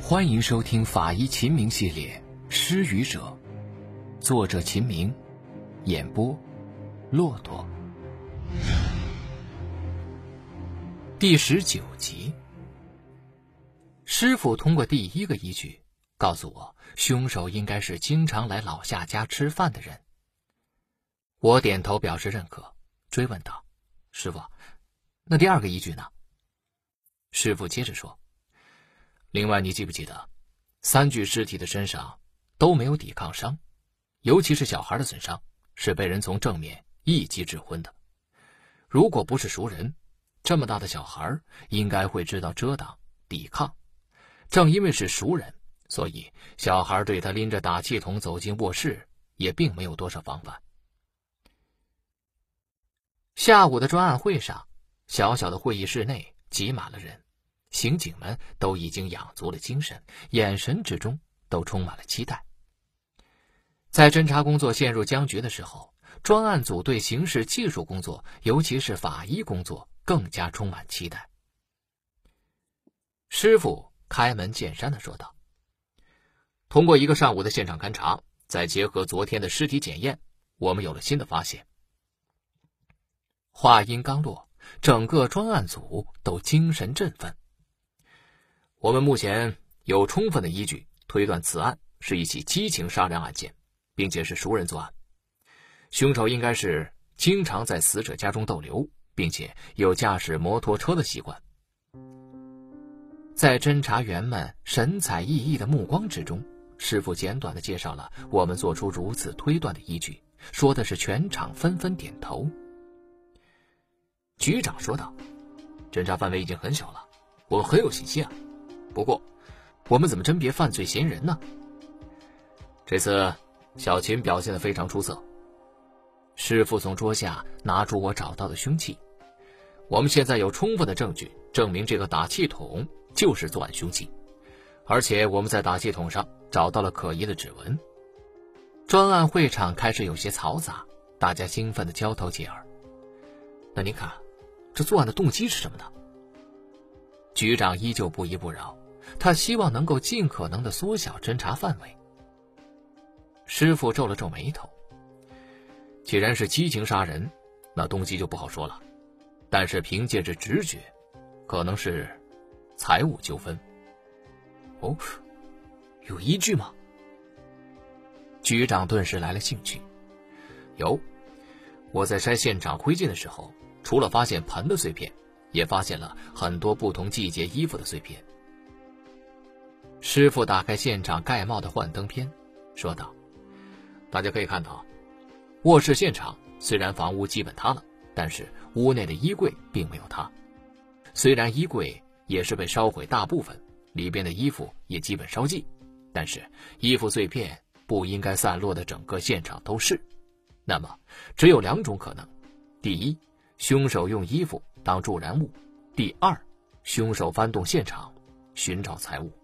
欢迎收听法医秦明系列《失语者》，作者秦明，演播骆驼。第19集。师傅通过第一个依据告诉我，凶手应该是经常来老夏家吃饭的人。我点头表示认可，追问道：师傅，那第二个依据呢？师傅接着说：另外，你记不记得3具尸体的身上都没有抵抗伤，尤其是小孩的损伤是被人从正面一击致昏的。如果不是熟人，这么大的小孩应该会知道遮挡抵抗，正因为是熟人，所以小孩对他拎着打气筒走进卧室也并没有多少防范。下午的专案会上，小小的会议室内挤满了人，刑警们都已经养足了精神，眼神之中都充满了期待。在侦查工作陷入僵局的时候，专案组对刑事技术工作，尤其是法医工作更加充满期待。师傅开门见山地说道：通过一个上午的现场勘查，再结合昨天的尸体检验，我们有了新的发现。话音刚落，整个专案组都精神振奋。我们目前有充分的依据推断此案是一起激情杀人案件，并且是熟人作案。凶手应该是经常在死者家中逗留，并且有驾驶摩托车的习惯。在侦查员们神采奕奕的目光之中，师傅简短地介绍了我们做出如此推断的依据，说的是全场纷纷点头。局长说道：侦查范围已经很小了，我们很有信心啊。不过我们怎么甄别犯罪嫌疑人呢？这次小秦表现得非常出色。师傅从桌下拿出我找到的凶器，我们现在有充分的证据证明这个打气筒就是作案凶器，而且我们在打气筒上找到了可疑的指纹。专案会场开始有些嘈杂，大家兴奋地交头接耳。那您看，这作案的动机是什么呢？局长依旧不依不饶，他希望能够尽可能地缩小侦查范围。师傅皱了皱眉头，既然是激情杀人，那动机就不好说了，但是凭借着直觉，可能是财务纠纷。哦，有依据吗？局长顿时来了兴趣。有，我在筛现场灰烬的时候，除了发现盆的碎片，也发现了很多不同季节衣服的碎片。师傅打开现场盖帽的幻灯片，说道：大家可以看到，卧室现场虽然房屋基本塌了，但是屋内的衣柜并没有塌。虽然衣柜也是被烧毁大部分，里边的衣服也基本烧尽，但是衣服碎片不应该散落的整个现场都是。那么只有2种可能：第一，凶手用衣服当助燃物；第二，凶手翻动现场寻找财物。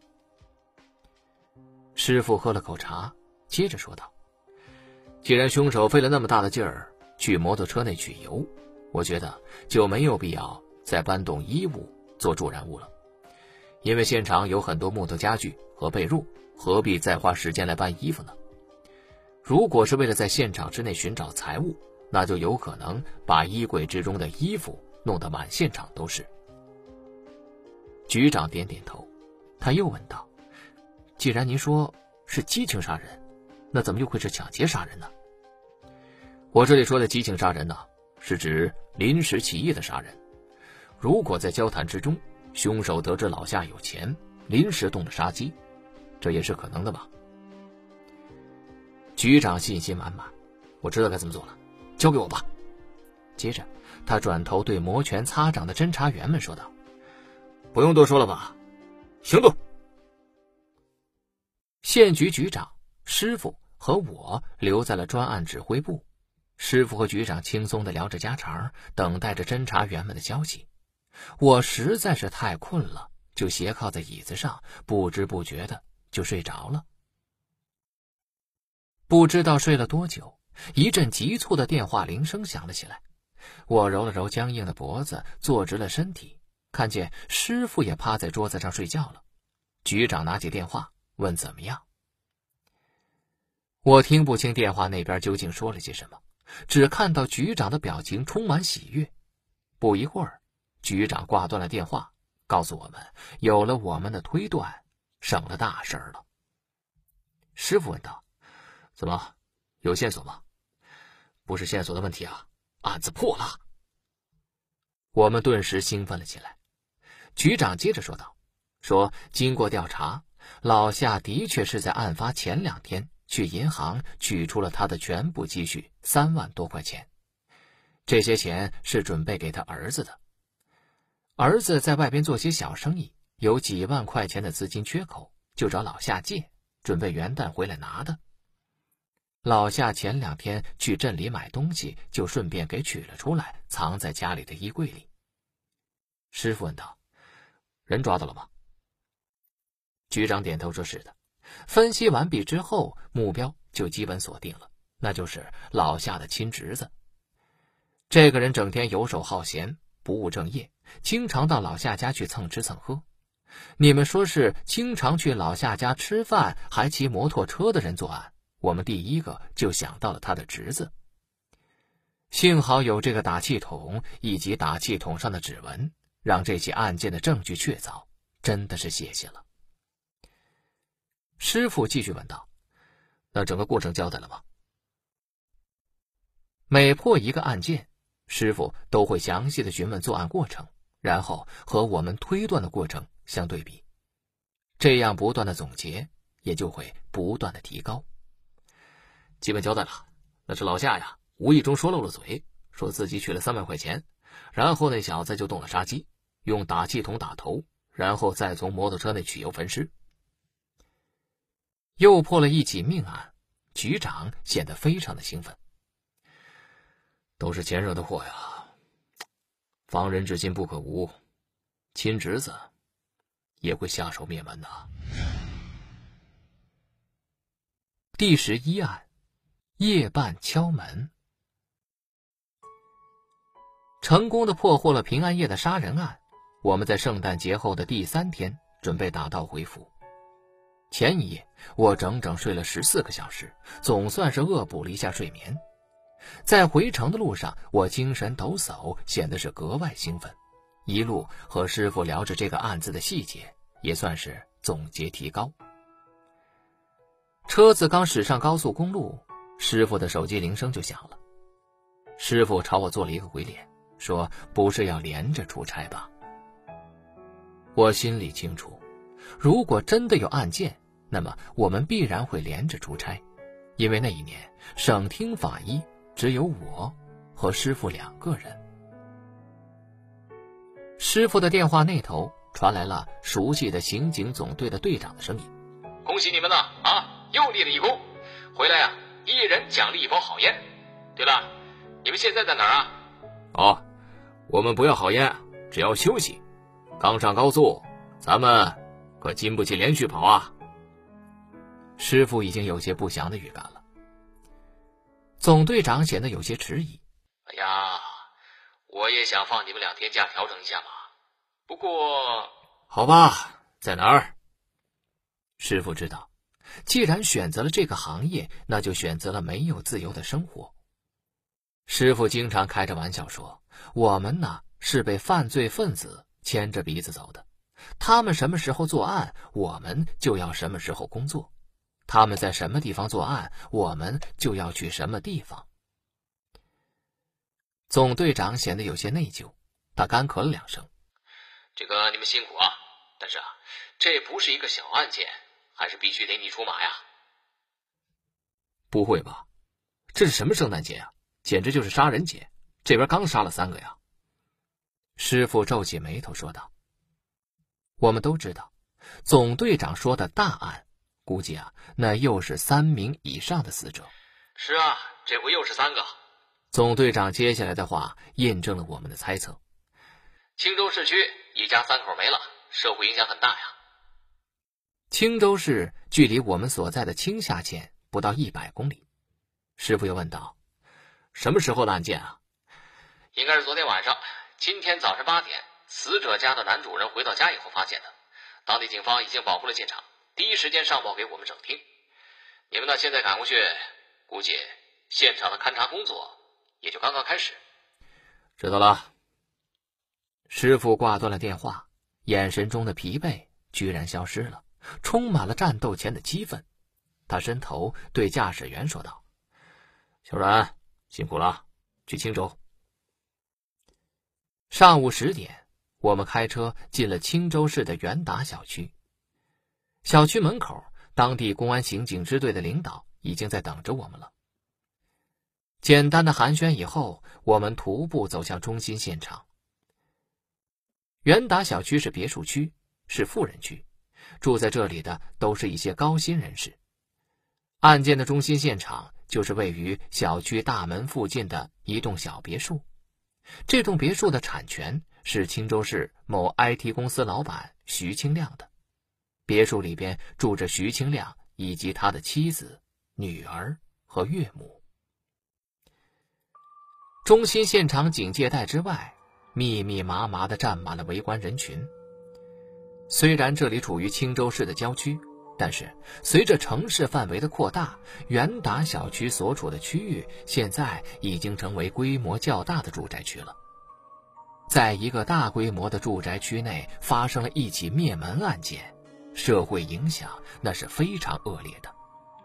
师傅喝了口茶，接着说道：既然凶手费了那么大的劲儿去摩托车内取油，我觉得就没有必要再搬动衣物做助燃物了。因为现场有很多木头家具和被褥，何必再花时间来搬衣服呢？如果是为了在现场之内寻找财物，那就有可能把衣柜之中的衣服弄得满现场都是。局长点点头，他又问道：既然您说是激情杀人，那怎么又会是抢劫杀人呢？我这里说的激情杀人呢，是指临时起意的杀人。如果在交谈之中，凶手得知老夏有钱，临时动了杀机，这也是可能的吧？局长信心满满，我知道该怎么做了，交给我吧。接着他转头对摩拳擦掌的侦查员们说道：不用多说了吧，行动！县局局长、师傅和我留在了专案指挥部。师傅和局长轻松地聊着家常，等待着侦查员们的消息。我实在是太困了，就斜靠在椅子上，不知不觉的就睡着了。不知道睡了多久，一阵急促的电话铃声响了起来。我揉了揉僵硬的脖子，坐直了身体，看见师傅也趴在桌子上睡觉了。 局长拿起电话问怎么样。我听不清电话那边究竟说了些什么，只看到局长的表情充满喜悦。不一会儿，局长挂断了电话，告诉我们有了我们的推断，省了大事了。师傅问道：怎么，有线索吗？不是线索的问题啊，案子破了。我们顿时兴奋了起来。局长接着说道：经过调查，老夏的确是在案发前2天去银行取出了他的全部积蓄3万多块钱，这些钱是准备给他儿子的。儿子在外边做些小生意，有几万块钱的资金缺口，就找老夏借，准备元旦回来拿的。老夏前2天去镇里买东西，就顺便给取了出来，藏在家里的衣柜里。师傅问道：人抓到了吗？局长点头说是的。分析完毕之后，目标就基本锁定了，那就是老夏的亲侄子。这个人整天游手好闲，不务正业，经常到老夏家去蹭吃蹭喝。你们说是经常去老夏家吃饭还骑摩托车的人作案，我们第一个就想到了他的侄子。幸好有这个打气筒以及打气筒上的指纹，让这起案件的证据确凿，真的是谢谢了。师傅继续问道：那整个过程交代了吗？每破一个案件，师傅都会详细的询问作案过程，然后和我们推断的过程相对比，这样不断的总结，也就会不断的提高。基本交代了，那是老夏呀，无意中说漏了嘴，说自己取了3万块钱，然后那小子就动了杀机，用打气筒打头，然后再从摩托车内取油焚尸。又破了一起命案，局长显得非常的兴奋。都是钱惹的祸呀，防人之心不可无，亲侄子也会下手灭门的。第11案，夜半敲门。成功的破获了平安夜的杀人案，我们在圣诞节后的第3天准备打道回府。前一夜我整整睡了14个小时，总算是恶补了一下睡眠。在回程的路上，我精神抖擞，显得是格外兴奋，一路和师傅聊着这个案子的细节，也算是总结提高。车子刚驶上高速公路，师傅的手机铃声就响了。师傅朝我做了一个鬼脸，说不是要连着出差吧？我心里清楚，如果真的有案件，那么我们必然会连着出差，因为那一年省厅法医只有我和师傅2个人。师傅的电话那头传来了熟悉的刑警总队的队长的声音： 恭喜你们了啊，又立了一功，回来呀，一人奖励一包好烟。对了，你们现在在哪儿啊？ 我们不要好烟，只要休息。刚上高速，咱们可经不起连续跑啊。师傅已经有些不祥的预感了。总队长显得有些迟疑： 哎呀，我也想放你们2天假调整一下嘛，不过…… 好吧，在哪儿？师傅知道，既然选择了这个行业，那就选择了没有自由的生活。师傅经常开着玩笑说，我们呢是被犯罪分子牵着鼻子走的，他们什么时候作案，我们就要什么时候工作，他们在什么地方作案，我们就要去什么地方。总队长显得有些内疚，他干咳了2声： 这个你们辛苦啊，但是这不是一个小案件，还是必须得你出马呀。 不会吧，这是什么圣诞节啊，简直就是杀人节，这边刚杀了3个呀。师傅皱起眉头说道。我们都知道，总队长说的大案，估计那又是3名以上的死者。 是啊，这回又是3个。 总队长接下来的话印证了我们的猜测。 青州市区一家3口没了，社会影响很大呀。 青州市距离我们所在的青下县不到100公里。师傅又问道：什么时候的案件啊？ 应该是昨天晚上，今天早上8点，死者家的男主人回到家以后发现的。 当地警方已经保护了现场，第一时间上报给我们省厅。你们呢现在赶过去，估计现场的勘查工作也就刚刚开始。 知道了。师傅挂断了电话，眼神中的疲惫居然消失了，充满了战斗前的激愤。他伸头对驾驶员说道：“小阮，辛苦了，去青州。”上午10点，我们开车进了青州市的元达小区。小区门口，当地公安刑警支队的领导已经在等着我们了。简单的寒暄以后，我们徒步走向中心现场。元达小区是别墅区，是富人区，住在这里的都是一些高薪人士。案件的中心现场就是位于小区大门附近的一栋小别墅。这栋别墅的产权是青州市某 IT 公司老板徐清亮的。别墅里边住着徐清亮以及他的妻子、女儿和岳母。中心现场警戒带之外，密密麻麻地站满了围观人群。虽然这里处于青州市的郊区，但是随着城市范围的扩大，元达小区所处的区域现在已经成为规模较大的住宅区了。在一个大规模的住宅区内发生了一起灭门案件，社会影响那是非常恶劣的。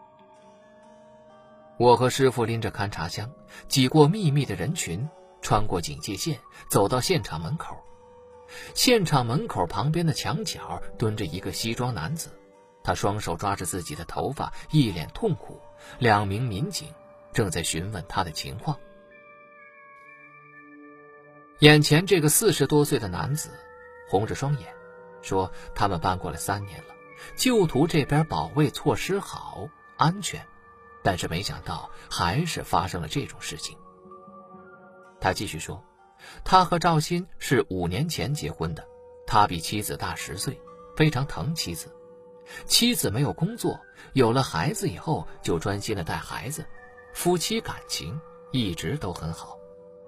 我和师傅拎着勘察箱，挤过密密的人群，穿过警戒线，走到现场门口。现场门口旁边的墙角蹲着一个西装男子，他双手抓着自己的头发，一脸痛苦。2名民警正在询问他的情况。眼前这个40多岁的男子红着双眼，说他们搬过来3年了，就图这边保卫措施好，安全，但是没想到还是发生了这种事情。他继续说，他和赵鑫是5年前结婚的，他比妻子大10岁，非常疼妻子。妻子没有工作，有了孩子以后就专心的带孩子，夫妻感情一直都很好。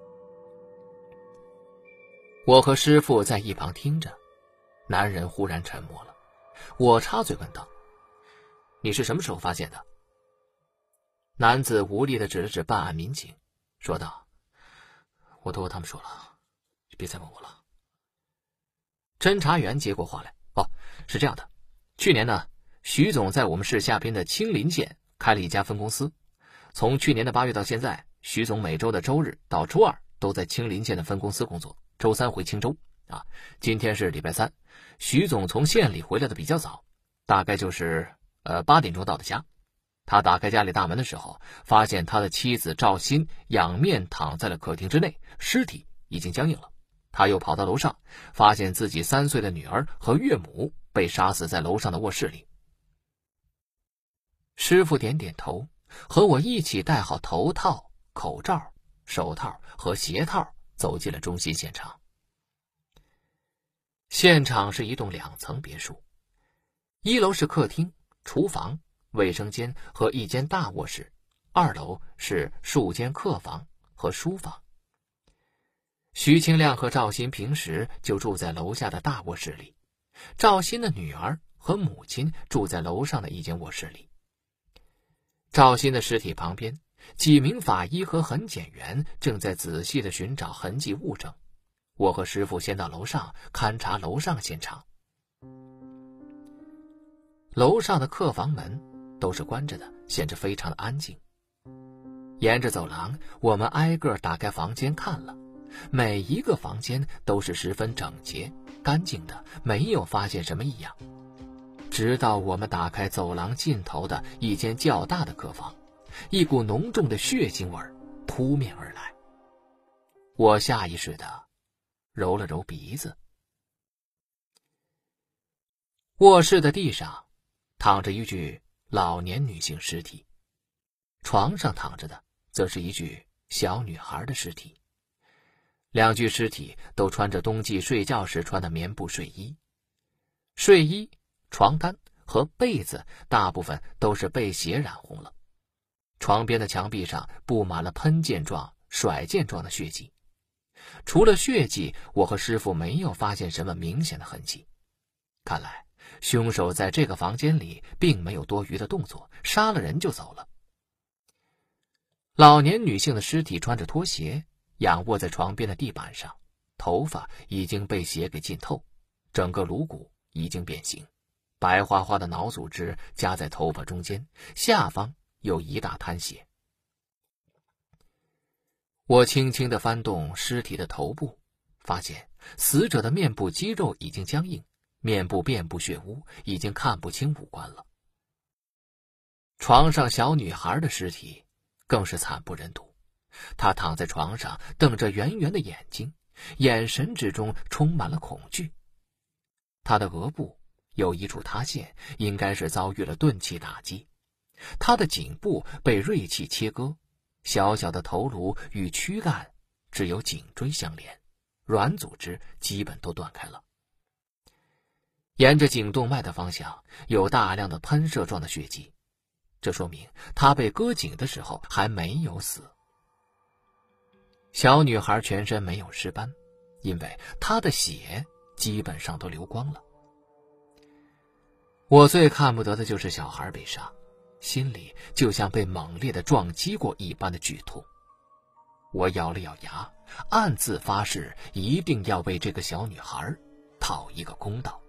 我和师傅在一旁听着，男人忽然沉默了。我插嘴问道：“你是什么时候发现的？”男子无力地指了指办案民警，说道：“我都和他们说了，别再问我了。”侦查员接过话来：“哦，是这样的，去年呢，徐总在我们市下边的青林县开了一家分公司。从去年的8月到现在，徐总每周的周日到周二都在青林县的分公司工作，周3回青州。今天是礼拜3，徐总从县里回来的比较早，大概就是8点钟到的家。他打开家里大门的时候，发现他的妻子赵鑫仰面躺在了客厅之内，尸体已经僵硬了。他又跑到楼上，发现自己3岁的女儿和岳母被杀死在楼上的卧室里。”师傅点点头，和我一起戴好头套、口罩、手套和鞋套，走进了中心现场。现场是一栋2层别墅，1楼是客厅、厨房、卫生间和一间大卧室，2楼是数间客房和书房。徐清亮和赵鑫平时就住在楼下的大卧室里，赵鑫的女儿和母亲住在楼上的一间卧室里。赵鑫的尸体旁边，几名法医和痕检员正在仔细地寻找痕迹物证。我和师傅先到楼上勘察楼上现场。楼上的客房门都是关着的，显得非常的安静。沿着走廊，我们挨个打开房间看了，每一个房间都是十分整洁、干净的，没有发现什么异样。直到我们打开走廊尽头的一间较大的客房，一股浓重的血腥味扑面而来。我下意识地揉了揉鼻子。卧室的地上躺着一具老年女性尸体，床上躺着的则是一具小女孩的尸体。2具尸体都穿着冬季睡觉时穿的棉布睡衣，睡衣、床单和被子大部分都是被血染红了。床边的墙壁上布满了喷溅状、甩溅状的血迹。除了血迹，我和师傅没有发现什么明显的痕迹。看来凶手在这个房间里并没有多余的动作，杀了人就走了。老年女性的尸体穿着拖鞋，仰卧在床边的地板上，头发已经被血给浸透，整个颅骨已经变形，白花花的脑组织夹在头发中间，下方有一大滩血。我轻轻地翻动尸体的头部，发现死者的面部肌肉已经僵硬，面部遍布血污，已经看不清五官了。床上小女孩的尸体更是惨不忍睹，她躺在床上，瞪着圆圆的眼睛，眼神之中充满了恐惧。她的额部有一处塌陷，应该是遭遇了钝器打击。她的颈部被锐器切割，小小的头颅与躯干只有颈椎相连，软组织基本都断开了。沿着颈动脉的方向有大量的喷射状的血迹，这说明她被割颈的时候还没有死。小女孩全身没有尸斑，因为她的血基本上都流光了。我最看不得的就是小孩被杀，心里就像被猛烈的撞击过一般的剧痛。我咬了咬牙，暗自发誓一定要为这个小女孩讨一个公道。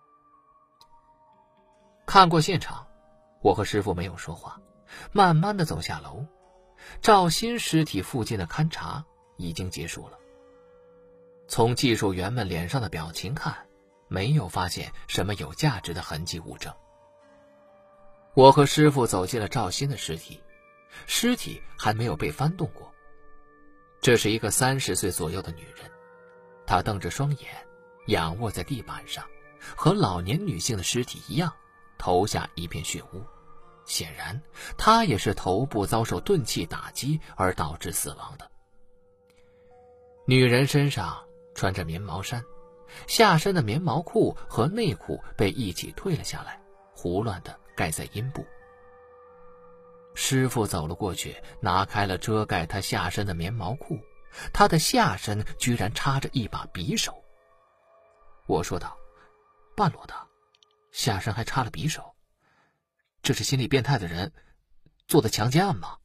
看过现场，我和师傅没有说话，慢慢地走下楼。赵鑫尸体附近的勘查已经结束了。从技术员们脸上的表情看，没有发现什么有价值的痕迹物证。我和师傅走进了赵鑫的尸体，尸体还没有被翻动过。这是一个30岁左右的女人，她瞪着双眼，仰卧在地板上，和老年女性的尸体一样，头下一片血污。显然，她也是头部遭受钝器打击而导致死亡的。女人身上穿着棉毛衫，下身的棉毛裤和内裤被一起退了下来，胡乱地盖在阴部。师傅走了过去，拿开了遮盖他下身的棉毛裤，他的下身居然插着一把匕首。我说道：“半裸的，下身还插了匕首，这是心理变态的人做的强奸案吗？”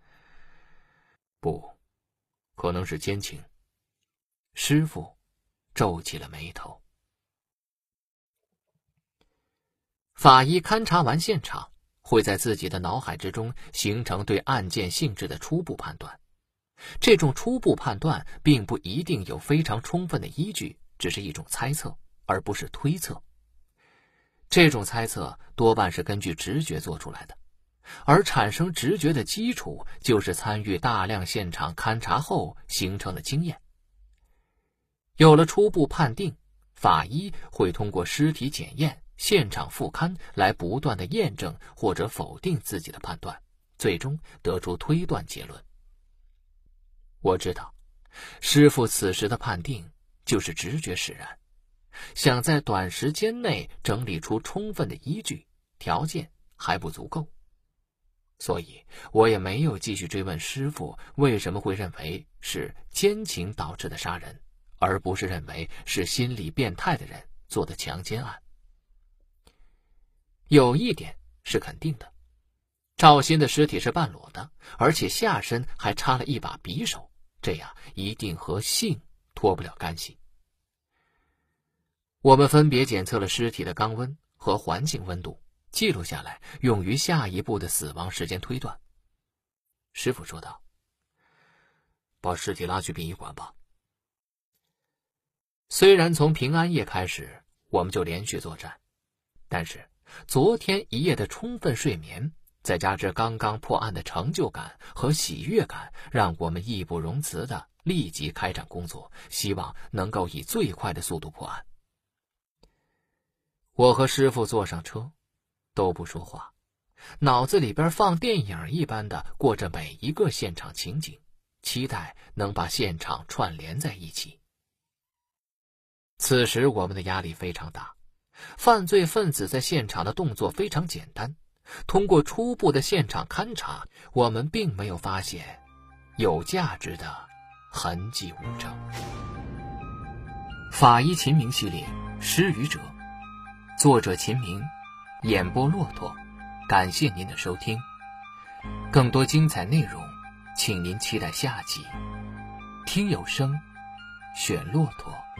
不，可能是奸情。师傅皱起了眉头。法医勘察完现场，会在自己的脑海之中形成对案件性质的初步判断。这种初步判断并不一定有非常充分的依据，只是一种猜测，而不是推测。这种猜测多半是根据直觉做出来的，而产生直觉的基础就是参与大量现场勘查后形成的经验。有了初步判定，法医会通过尸体检验、现场复勘来不断的验证或者否定自己的判断，最终得出推断结论。我知道，师傅此时的判定就是直觉使然，想在短时间内整理出充分的依据，条件还不足够。所以我也没有继续追问师傅为什么会认为是奸情导致的杀人，而不是认为是心理变态的人做的强奸案。有一点是肯定的，赵鑫的尸体是半裸的，而且下身还插了一把匕首，这样一定和性脱不了干系。我们分别检测了尸体的肛温和环境温度，记录下来，用于下一步的死亡时间推断。师傅说道：“把尸体拉去殡仪馆吧。”虽然从平安夜开始我们就连续作战，但是昨天一夜的充分睡眠，再加之刚刚破案的成就感和喜悦感，让我们义不容辞地立即开展工作，希望能够以最快的速度破案。我和师傅坐上车，都不说话，脑子里边放电影一般的过着每一个现场情景，期待能把现场串联在一起。此时我们的压力非常大，犯罪分子在现场的动作非常简单，通过初步的现场勘查，我们并没有发现有价值的痕迹物证。法医秦明系列，失语者， 作者秦明，演播骆驼。感谢您的收听，更多精彩内容请您期待下集。听有声，选骆驼。